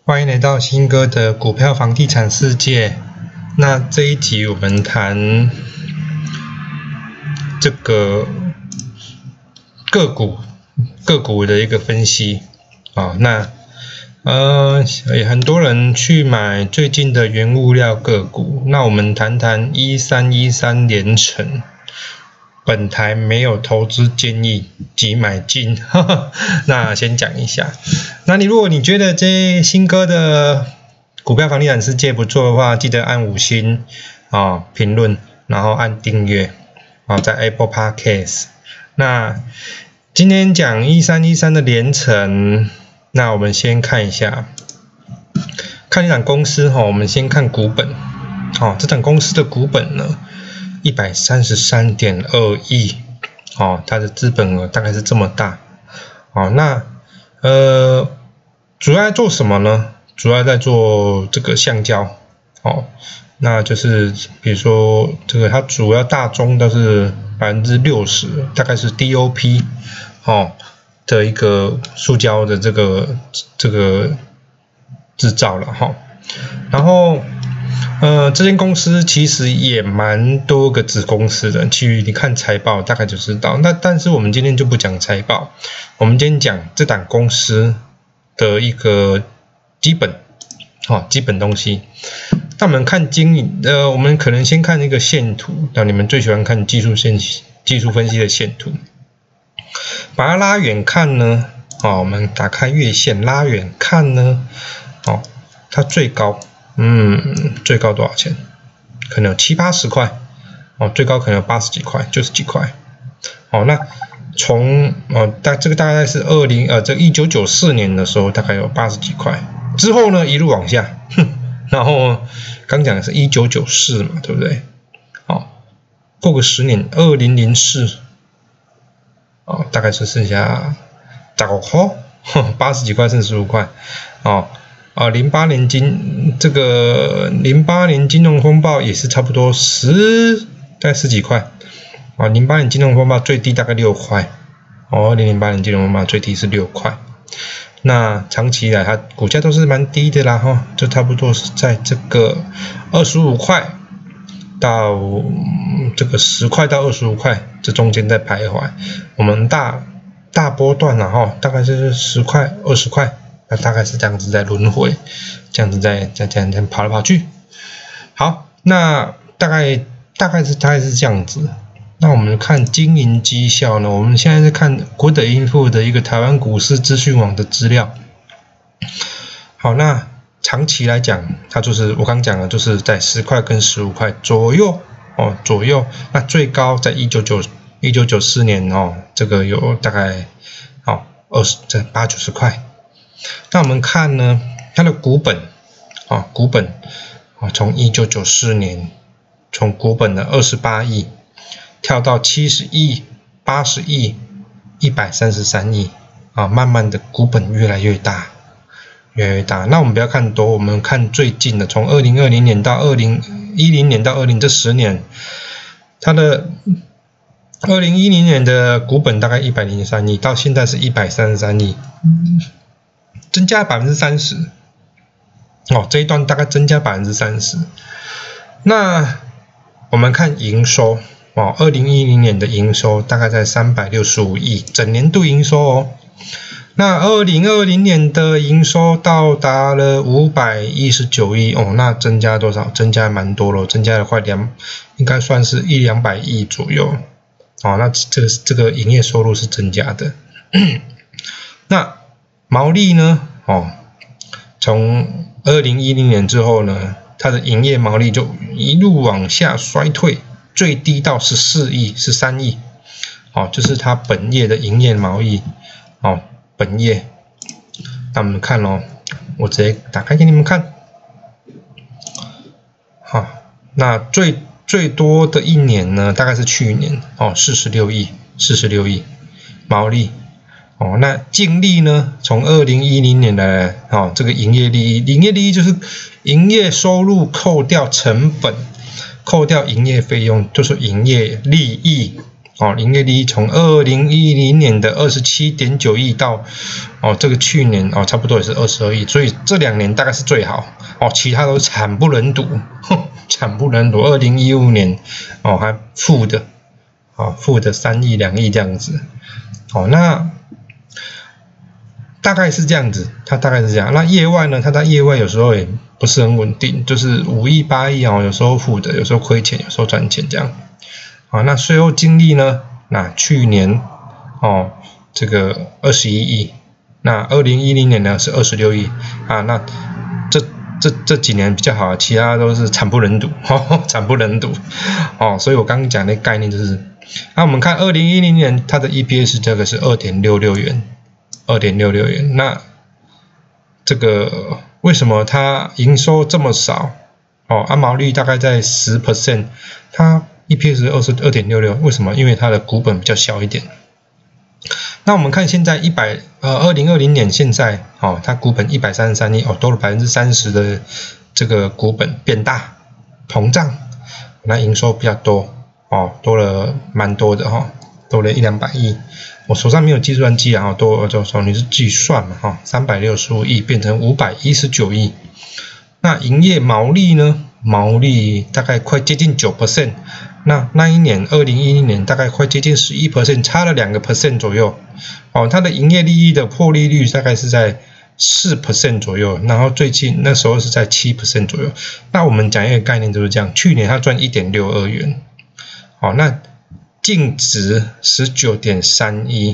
欢迎来到新哥的股票房地产世界。那这一集我们谈这个个股的一个分析啊。那也很多人去买最近的原物料个股。那我们谈谈1313联成。本台没有投资建议及买进，那先讲一下。那如果你觉得这新哥的股票房地产世界不错的话，记得按5星评论，然后按订阅在 Apple Podcast。那今天讲1313的联成，那我们先看一下，看这档公司我们先看股本。这档公司的股本呢133.2亿，它的资本额大概是这么大。那主要在做什么呢？主要在做这个橡胶。那就是比如说这个它主要大宗都是60%，大概是 DOP 的一个塑胶的这个制造了然后这间公司其实也蛮多个子公司的，你看财报大概就知道。但是我们今天就不讲财报，我们今天讲这档公司的一个基本东西。那我们看我们可能先看一个线图，那你们最喜欢看技术分析的线图。把它拉远看呢，我们打开月线拉远看呢，它最高多少钱？可能有70-80块，最高可能有80几块，90几块。那从这个大概是1994年的时候，大概有80几块。之后呢，一路往下，然后刚讲的是1994嘛，对不对？过个10年，2004，大概是剩下15块，80几块剩15块，08年08年金融风暴也是差不多大概10几块，08年金融风暴最低大概6块，2008年金融风暴最低是6块。那长期以来它股价都是蛮低的啦就差不多是在这个25块到这个10块到25块这中间在徘徊。我们大波段大概是10块20块，那大概是这样子在轮回，这样子在这样跑来跑去。好，那大概是这样子。那我们看经营绩效呢，我们现在是看Good Info的一个台湾股市资讯网的资料。好，那长期来讲，它就是我刚讲的，就是在10块跟15块左右那最高在1994年这个有大概在80-90块。那我们看呢，它的股本从1994年从股本的28亿跳到70亿、80亿、133亿慢慢的股本越来越大。那我们不要看多，我们看最近的，从2020年到2010年到20这10年，它的2010年的股本大概103亿，到现在是133亿，增加 30%。这一段大概增加 30%。那我们看营收2010年的营收大概在365亿，整年度营收那2020年的营收到达了519亿那增加多少？增加蛮多了，增加了快应该算是100-200亿左右那这个营业收入是增加的。那毛利呢从2010年之后呢，它的营业毛利就一路往下衰退，最低到14亿、13亿就是它本业的营业毛利本业。那我们看我直接打开给你们看。那最多的一年呢，大概是去年46亿毛利那净利呢，从2010年来这个营业利益就是营业收入扣掉成本，扣掉营业费用，就是营业利益营业利益从2010年的27.9亿到这个去年差不多也是22亿，所以这2年大概是最好其他都惨不忍睹，惨不忍睹。2015年还负的3亿2亿这样子，那大概是这样子，它大概是这样。那业外呢，它在业外有时候也不是很稳定，就是5亿8亿有时候负的，有时候亏钱，有时候赚钱这样。那税后净利呢？那去年这个21亿，那2010年呢是26亿那这几年比较好，其他都是惨不忍睹，惨不忍睹所以我刚刚讲的概念就是，我们看2010年它的 EPS 这个是 2.66 元，2.66元。那这个为什么它营收这么少毛利大概在 10%， 它EPS 2.66， 为什么？因为它的股本比较小一点。那我们看现在2020年现在它股本133亿多了 30% 的这个股本变大膨胀，那营收比较多多了蛮多的多了100-200亿。我手上没有计算机多你是计算嘛365亿变成519亿。那营业毛利呢？毛利大概快接近 9%， 那一年2010年大概快接近 11%， 差了2% 左右它的营业利益的获利率大概是在 4% 左右，然后最近那时候是在 7% 左右。那我们讲一个概念就是这样，去年它赚 1.62 元那净值 19.31，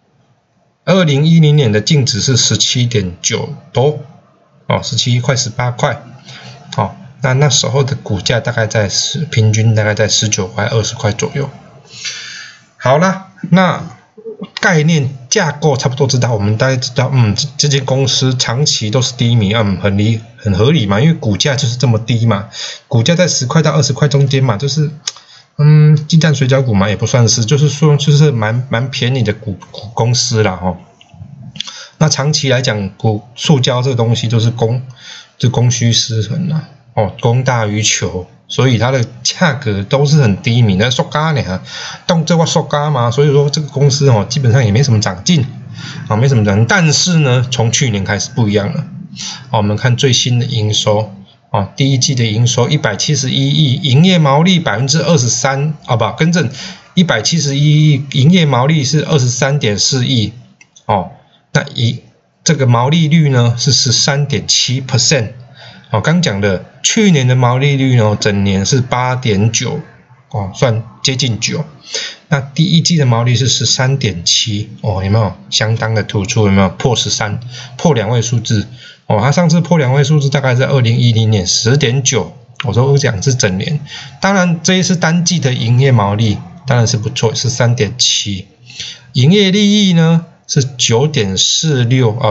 2010年的净值是 17.9 多17快18块那时候的股价大概在平均大概在19块20块左右。好啦，那概念架构差不多知道，我们大概知道这间公司长期都是低迷很合理嘛，因为股价就是这么低嘛，股价在10块到20块中间嘛，就是鸡蛋水饺股嘛，也不算是，就是说就是蛮便宜的股公司啦那长期来讲，塑胶这个东西就是供需失衡啦供大于求，所以它的价格都是很低迷的。塑胶呢，动这块塑胶嘛，所以说这个公司基本上也没什么长进没什么长进。但是呢，从去年开始不一样了我们看最新的营收第一季的营收171亿，营业毛利 23%， 更正171亿，营业毛利是 23.4 亿那这个毛利率呢是 13.7%。刚讲的去年的毛利率呢，整年是 8.9 算接近9。那第一季的毛利是 13.7 有没有相当的突出？有没有破13，破2位数字它上次破2位数字大概在2010年 10.9， 我说讲是整年。当然这一次单季的营业毛利当然是不错，是 3.7， 营业利益呢是 9.46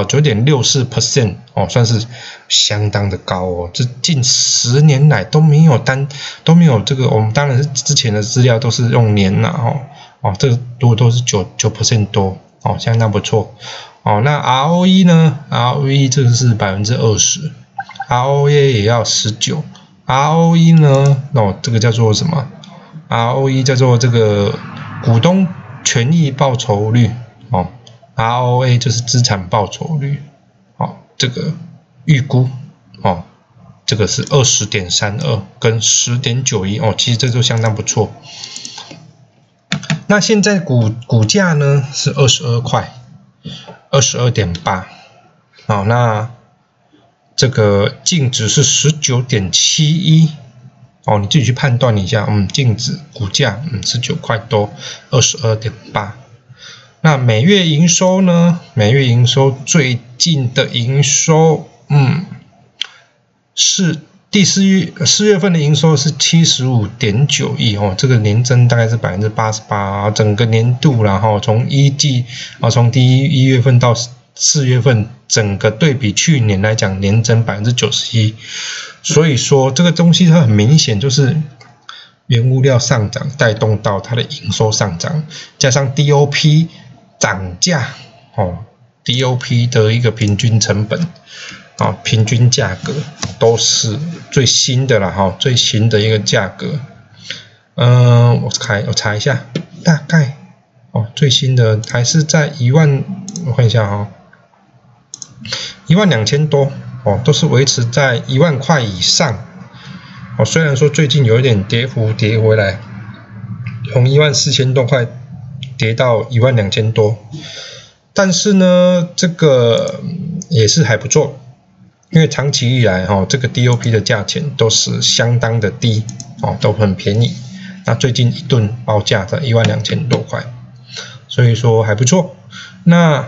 9.64% 算是相当的高这近10年来都没有这个，我们当然是之前的资料都是用年这个都是 9% 多相当不错那 ROE 呢 ？ROE 这个是 20%， ROA 也要 19%， ROE 呢这个叫做什么 ？ROE 叫做这个股东权益报酬率ROA 就是资产报酬率这个预估这个是 20.32 跟 10.91其实这就相当不错。那现在股价呢是22块 22.8 那这个净值是 19.71你自己去判断一下净值股价19块多 22.8。那每月营收呢？每月营收最近的营收，是4月份的营收是 75.9 亿这个年增大概是 88%， 整个年度然后从从第一月份到4月份，整个对比去年来讲年增 91%， 所以说这个东西它很明显就是原物料上涨带动到它的营收上涨，加上 DOP 涨价DOP 的一个平均成本平均价格都是最新的啦最新的一个价格我查一下大概最新的还是在我看一下12000多都是维持在1万块以上虽然说最近有一点跌幅跌回来，从14000多块跌到12000多，但是呢这个也是还不错，因为长期以来这个 DOP 的价钱都是相当的低都很便宜，那最近一顿报价在12000多块，所以说还不错。那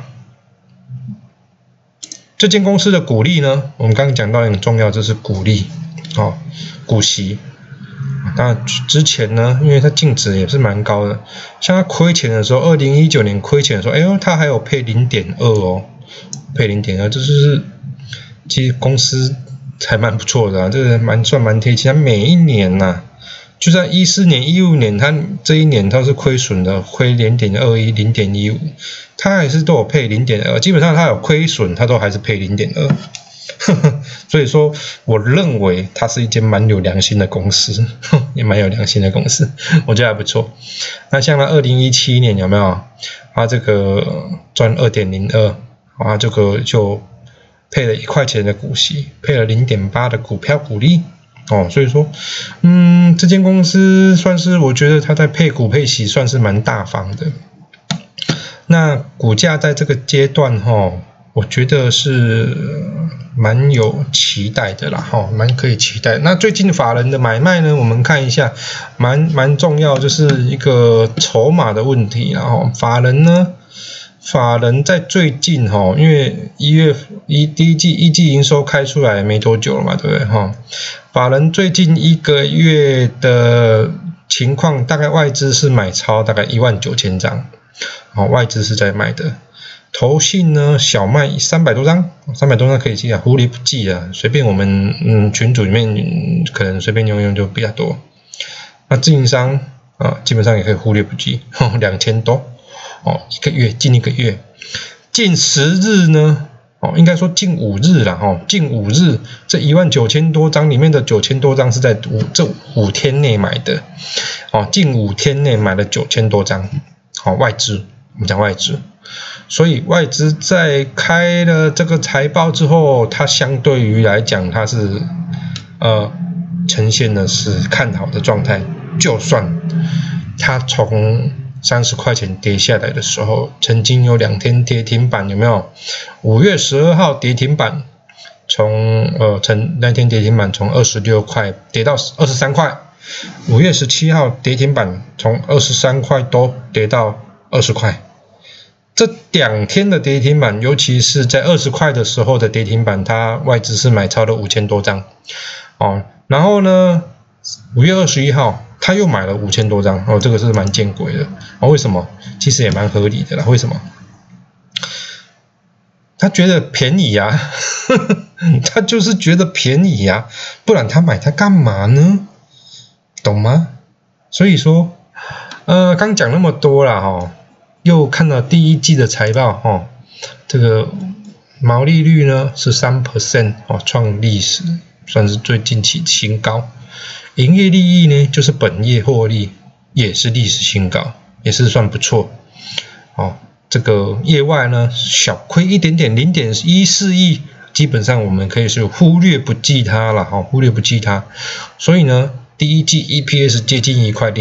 这间公司的股利呢，我们刚刚讲到很重要，就是股利股息。当然之前呢，因为它净值也是蛮高的，像它亏钱的时候，2019年亏钱的时候，它还有配 0.2配 0.2， 这就是其实公司还蛮不错的这个算蛮贴切。它每一年就在14年、15年，它这一年它是亏损的，亏 0.21、0.15， 它还是都有配 0.2， 基本上它有亏损，它都还是配 0.2。所以说，我认为它是一间蛮有良心的公司，也蛮有良心的公司，我觉得还不错。那像它2017年有没有？它这个赚 2.02， 这个就配了1块钱的股息，配了 0.8 的股票股利。所以说，这间公司算是我觉得它在配股配息算是蛮大方的。那股价在这个阶段我觉得是蛮有期待的啦蛮可以期待。那最近法人的买卖呢，我们看一下，蛮重要，就是一个筹码的问题啦法人在最近因为第一季营收开出来没多久了嘛，对不对法人最近1个月的情况，大概外资是买超大概19000张外资是在买的。投信呢，小卖300多张可以记忽略不计随便我们群组里面可能随便用就比较多。那自营商基本上也可以忽略不计2000多近一个月，近10日呢应该说近5日啦近5日这19000多张里面的9000多张是在这5天内买的近5天内买了9000多张外资，我们讲外资。所以外资在开了这个财报之后，它相对于来讲，它是呈现的是看好的状态。就算它从30块钱跌下来的时候，曾经有2天跌停板，有没有？5月12号跌停板，那天跌停板从26块跌到23块，5月17号跌停板从23块多跌到20块。这2天的跌停板，尤其是在20块的时候的跌停板，它外资是买超了5000多张然后呢5月21号他又买了5000多张这个是蛮见鬼的为什么？其实也蛮合理的啦。为什么？他觉得便宜他就是觉得便宜不然他买它干嘛呢？懂吗？所以说刚讲那么多啦又看到第一季的财报这个毛利率呢是 3% 创历史算是最近期新高。营业利益呢就是本业获利也是历史新高，也是算不错这个业外呢小亏一点点 0.14 亿，基本上我们可以是忽略不计它了忽略不计它。所以呢第一季 EPS 接近1块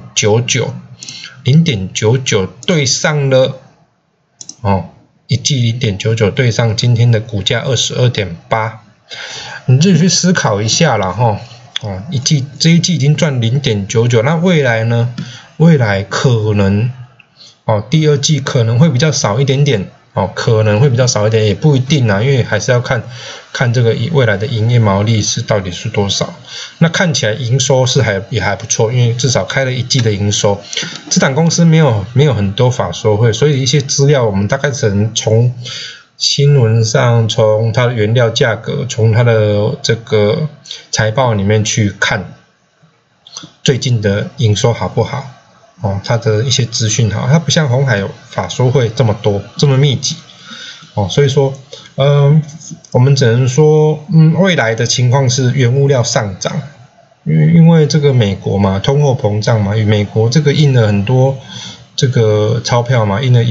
0.99对上了一季 0.99 对上今天的股价 22.8， 你自己去思考一下啦这一季已经赚 0.99， 那未来呢？未来可能第二季可能会比较少一点点可能会比较少一点，也不一定因为还是要看这个未来的营业毛利到底是多少。那看起来营收也还不错，因为至少开了1季的营收。这档公司没有很多法说会，所以一些资料我们大概只能从新闻上，从它的原料价格，从它的这个财报里面去看最近的营收好不好它的一些资讯好，它不像鸿海有法说会这么多这么密集所以说我们只能说未来的情况是原物料上涨因为这个美国嘛，通货膨胀嘛，美国这个印了很多这个钞票嘛，印了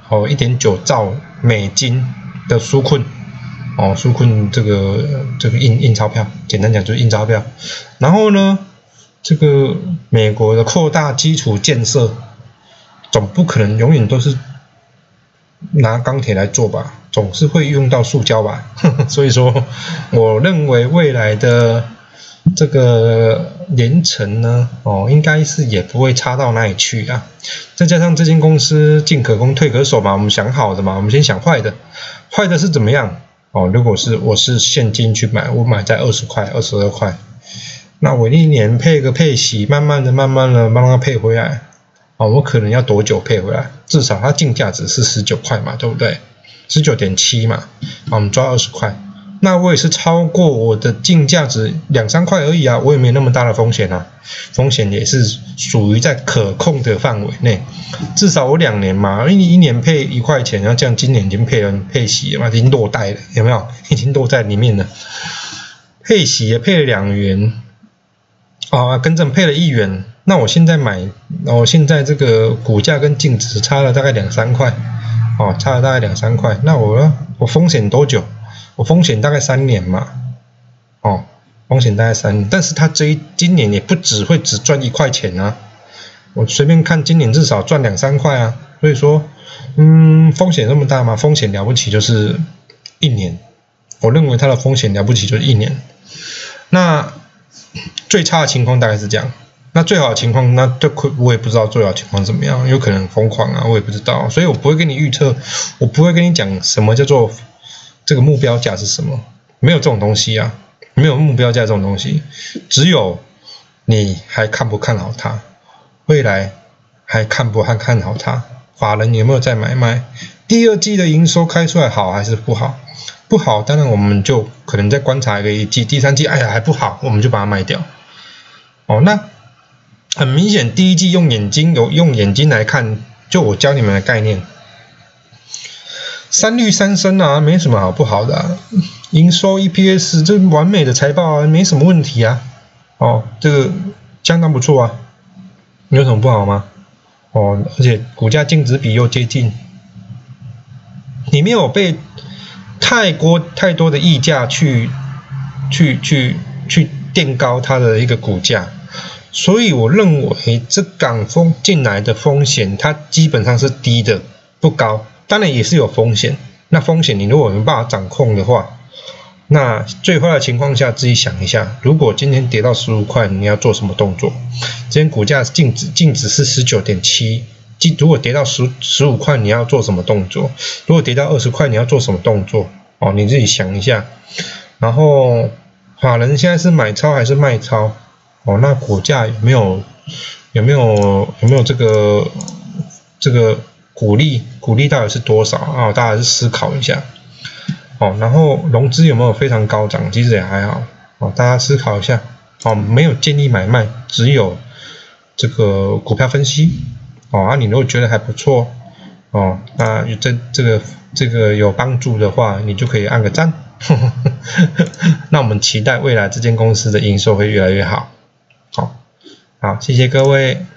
1.9兆美金的纾困，纾困这个印钞票，简单讲就是印钞票。然后呢，这个美国的扩大基础建设，总不可能永远都是拿钢铁来做吧，总是会用到塑胶吧。所以说，我认为未来的这个连城呢，应该是也不会差到哪里去啊。再加上这间公司进可攻退可守嘛，我们想好的嘛，我们先想坏的。坏的是怎么样？如果我是现金去买，我买在20块、22块，那我一年配个配息，慢慢的帮它配回来。我可能要多久配回来？至少它净价值是19块嘛，对不对？19.7嘛，我们抓20块。那我也是超过我的净价值2-3块而已啊，我也没那么大的风险啊，风险也是属于在可控的范围内。至少我2年嘛，因为你1年配1块钱，然后这样今年已经配息了嘛，已经落袋了，有没有？已经落在里面了。配息也配了2元，更正配了1元。那我现在这个股价跟净值差了大概2-3块，差了大概2-3块。那我风险多久？我风险大概3年嘛，风险大概3年，但是它今年也不会只赚1块钱啊，我随便看今年至少赚2-3块啊，所以说，风险那么大吗？风险了不起就是1年，我认为它的风险了不起就是1年。那最差的情况大概是这样，那最好的情况，我也不知道最好的情况怎么样，有可能疯狂啊，我也不知道，所以我不会跟你预测，我不会跟你讲什么叫做这个目标价是什么，没有这种东西啊，没有目标价这种东西，只有你还看不看好它，未来还看不看好它，法人有没有在买卖，第2季的营收开出来好还是不好？不好，当然我们就可能再观察1季，第3季还不好，我们就把它卖掉。那很明显，第1季用眼睛来看，就我教你们的概念，3率3升啊，没什么好不好的啊，营收 EPS 这完美的财报啊，没什么问题啊，这个相当不错啊，有什么不好吗？而且股价净值比又接近，你没有被太多的溢价去垫高它的一个股价，所以我认为这港风进来的风险，它基本上是低的，不高。当然也是有风险，那风险你如果没办法掌控的话，那最坏的情况下自己想一下，如果今天跌到15块，你要做什么动作？今天股价净值是 19.7， 如果跌到15块，你要做什么动作？如果跌到20块，你要做什么动作？你自己想一下。然后法人现在是买超还是卖超？那股价有没有这个股利到底是多少啊？大家是思考一下。然后融资有没有非常高涨？其实也还好。大家思考一下。没有建议买卖，只有这个股票分析。你如果觉得还不错，那这个有帮助的话，你就可以按个赞。那我们期待未来这间公司的营收会越来越好。好，谢谢各位。